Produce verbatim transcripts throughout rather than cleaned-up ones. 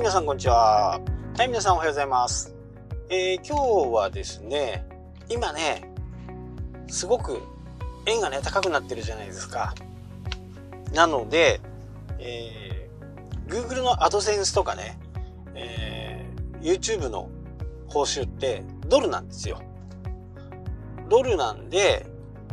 皆さんこんにちは。はい、皆さんおはようございます。えー、今日はですね、今ね、すごく円がね、高くなってるじゃないですか。なので、えー、Google の AdSense とかね、えー、YouTube の報酬ってドルなんですよ。ドルなんで、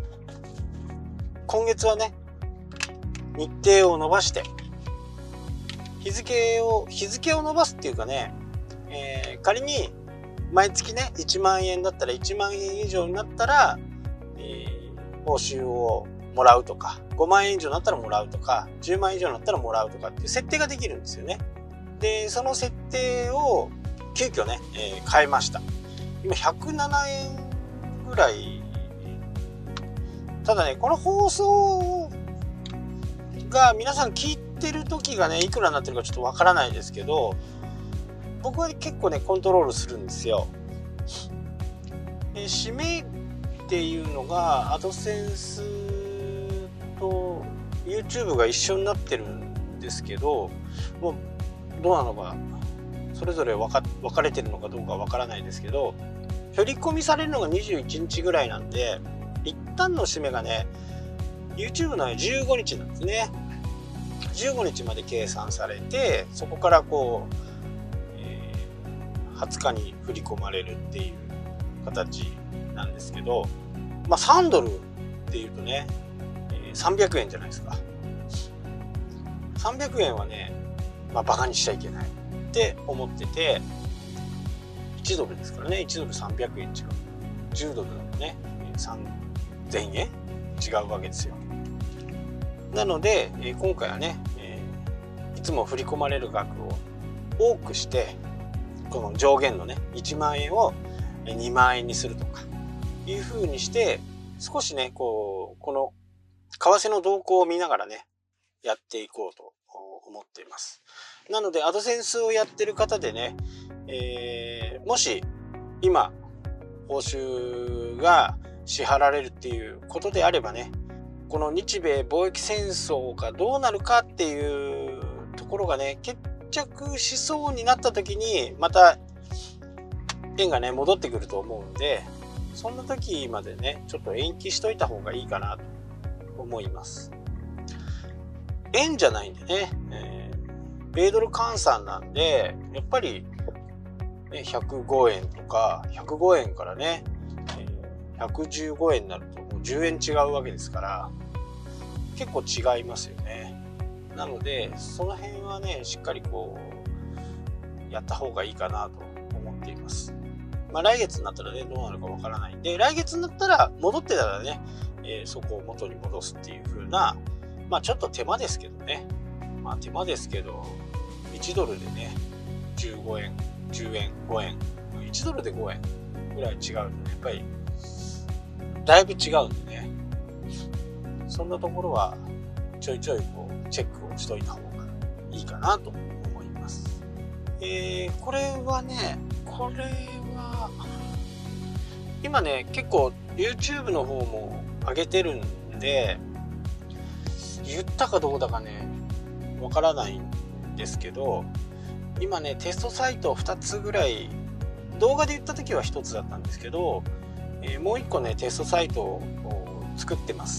今月はね、日程を伸ばして、日付を、日付を伸ばすっていうかね、えー、仮に毎月ね、いちまんえんだったらいちまんえん以上になったら、えー、報酬をもらうとか、ごまんえん以上になったらもらうとか、じゅうまん以上になったらもらうとかっていう設定ができるんですよね。で、その設定を急遽ね、えー、変えました。今ひゃくななえんぐらい。ただね、この放送が皆さん聞いてる時がね、いくらになってるかちょっとわからないですけど、僕は結構ね、コントロールするんですよ。え締めっていうのが、アドセンスと YouTube が一緒になってるんですけど、もうどうなのか、それぞれ分か、分かれてるのかどうかわからないですけど、振り込みされるのがにじゅういちにちぐらいなんで、一旦の締めがね、YouTube のじゅうごにちなんですね。じゅうごにちまで計算されて、そこからこう、えー、はつかに振り込まれるっていう形なんですけど、まあさんドルっていうとね、えー、さんびゃくえんじゃないですか。さんびゃくえんはね、まあバカにしちゃいけないって思ってて、いちドルですからね、いちドルさんびゃくえん違う。じゅうドルだとね、さんぜんえん違うわけですよ。なので、えー、今回はね、えー、いつも振り込まれる額を多くして、この上限のねいちまんえんをにまんえんにするとかいう風にして、少しねこうこの為替の動向を見ながらねやっていこうと思っています。なのでアドセンスをやってる方でね、えー、もし今報酬が支払われるっていうことであればね、この日米貿易戦争がどうなるかっていうところがね、決着しそうになった時にまた円がね戻ってくると思うんで、そんな時までねちょっと延期しといた方がいいかなと思います。円じゃないんでね、えー、米ドル換算なんで、やっぱり、ね、ひゃくごえんとかひゃくごえんからね、えー、ひゃくじゅうごえんになるともうじゅうえん違うわけですから、結構違いますよね。なのでその辺はねしっかりこうやった方がいいかなと思っています。まあ来月になったらねどうなるかわからないんで、来月になったら戻ってたらね、えー、そこを元に戻すっていう風な、まあちょっと手間ですけどね、まあ手間ですけどいちドルでねじゅうごえんじゅうえんごえんいちドルでごえんぐらい違うとね、やっぱりだいぶ違うんでね、そんなところはちょいちょいこうチェックをしといた方がいいかなと思います。えー、これはね、これは今ね結構 YouTube の方も上げてるんで、言ったかどうだかねわからないんですけど、今ねテストサイトふたつぐらい、動画で言った時はひとつだったんですけど、えー、もういっこねテストサイトを作ってます。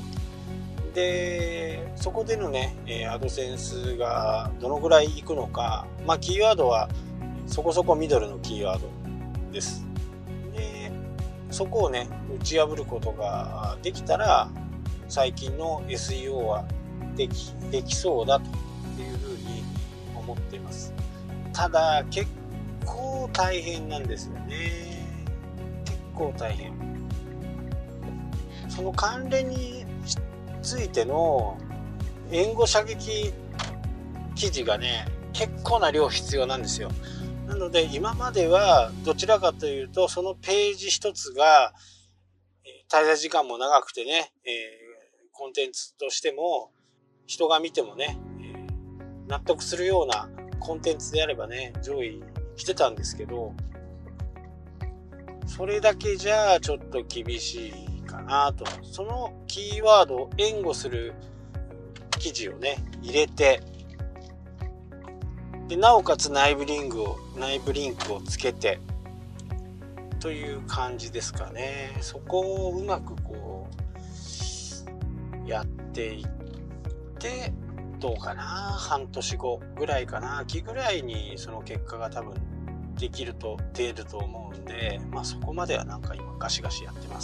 でそこでのね、えー、アドセンスがどのぐらいいくのか、まあキーワードはそこそこミドルのキーワードです。でそこをね打ち破ることができたら、最近の エスイーオー はでき、できそうだというふうに思っています。ただ結構大変なんですよね。結構大変。その関連についての援護射撃記事がね結構な量必要なんですよ。なので今まではどちらかというと、そのページ一つが滞在時間も長くてね、えー、コンテンツとしても人が見てもね、えー、納得するようなコンテンツであればね上位に来てたんですけど、それだけじゃちょっと厳しいかなと。そのキーワードを援護する記事をね入れて、 でなおかつ内部リンクを内部リンクをつけてという感じですかね。そこをうまくこうやっていってどうかな、半年後ぐらいかな、秋ぐらいにその結果が多分できると出ると思うんで、まあそこまではなんか今ガシガシやってます。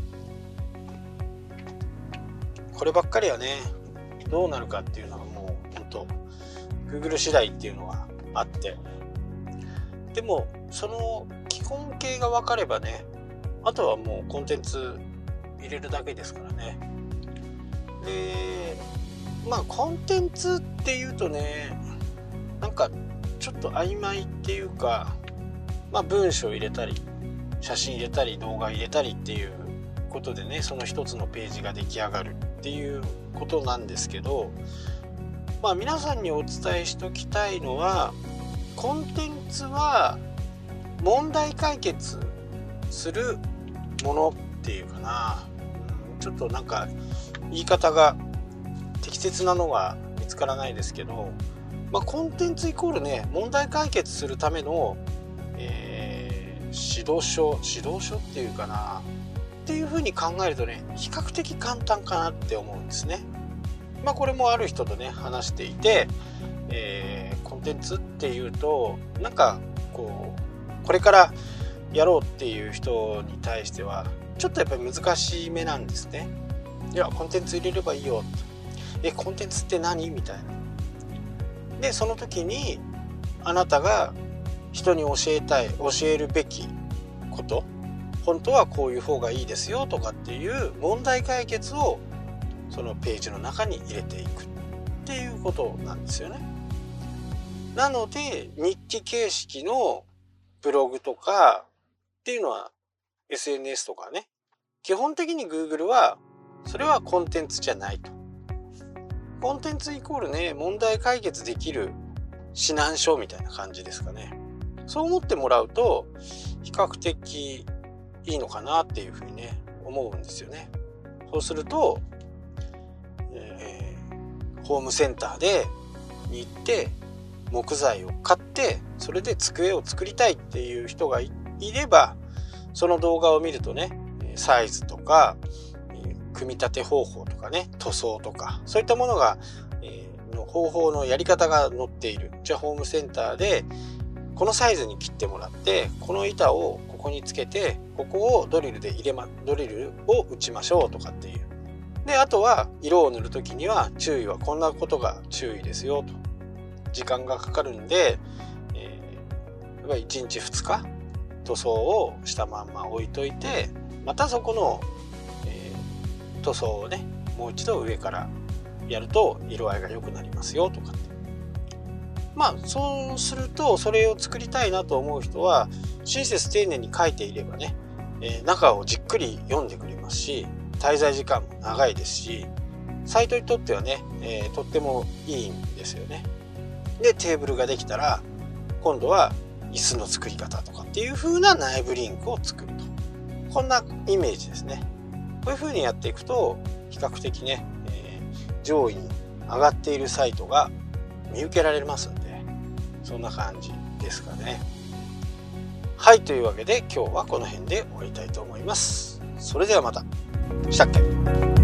こればっかりはねどうなるかっていうのはもう本当 Google 次第っていうのはあって、でもその基本形が分かればね、あとはもうコンテンツ入れるだけですからね。でまあコンテンツっていうとね、なんかちょっと曖昧っていうか、まあ文章入れたり写真入れたり動画入れたりっていうことでね、その一つのページが出来上がるっていうことなんですけど、まあ皆さんにお伝えしときたいのは、コンテンツは問題解決するものっていうかな、うん、ちょっとなんか言い方が適切なのが見つからないですけど、まあ、コンテンツイコールね問題解決するための、えー、指導書指導書っていうかなっていう風に考えるとね、比較的簡単かなって思うんですね。まあこれもある人とね話していて、えー、コンテンツっていうとなんかこうこれからやろうっていう人に対してはちょっとやっぱり難しめなんですね。いやコンテンツ入れればいいよ、えコンテンツって何みたいな。でその時にあなたが人に教えたい教えるべきこと、本当はこういう方がいいですよとかっていう問題解決をそのページの中に入れていくっていうことなんですよね。なので日記形式のブログとかっていうのは エスエヌエス とかね、基本的に Google はそれはコンテンツじゃないと。コンテンツイコールね問題解決できる指南書みたいな感じですかね。そう思ってもらうと比較的いいのかなっていうふうにね思うんですよね。そうすると、えー、ホームセンターでに行って木材を買ってそれで机を作りたいっていう人が い, いればその動画を見るとねサイズとか組み立て方法とかね塗装とかそういったものが、えー、の方法のやり方が載っている。じゃあホームセンターでこのサイズに切ってもらってこの板をここにつけてここをドリルで入れまドリルを打ちましょうとかっていう。であとは色を塗る時には注意はこんなことが注意ですよと。時間がかかるんで、えー、やっぱりいちにちふつか塗装をしたまんま置いといてまたそこの、えー、塗装をねもう一度上からやると色合いが良くなりますよとかって。まあそうするとそれを作りたいなと思う人は親切丁寧に書いていればね、えー、中をじっくり読んでくれますし滞在時間も長いですしサイトにとってはね、えー、とってもいいんですよね。でテーブルができたら今度は椅子の作り方とかっていう風な内部リンクを作ると、こんなイメージですね。こういう風にやっていくと比較的ね、えー、上位に上がっているサイトが見受けられますんで、そんな感じですかね。はい、というわけで今日はこの辺で終わりたいと思います。それではまた。したっけ。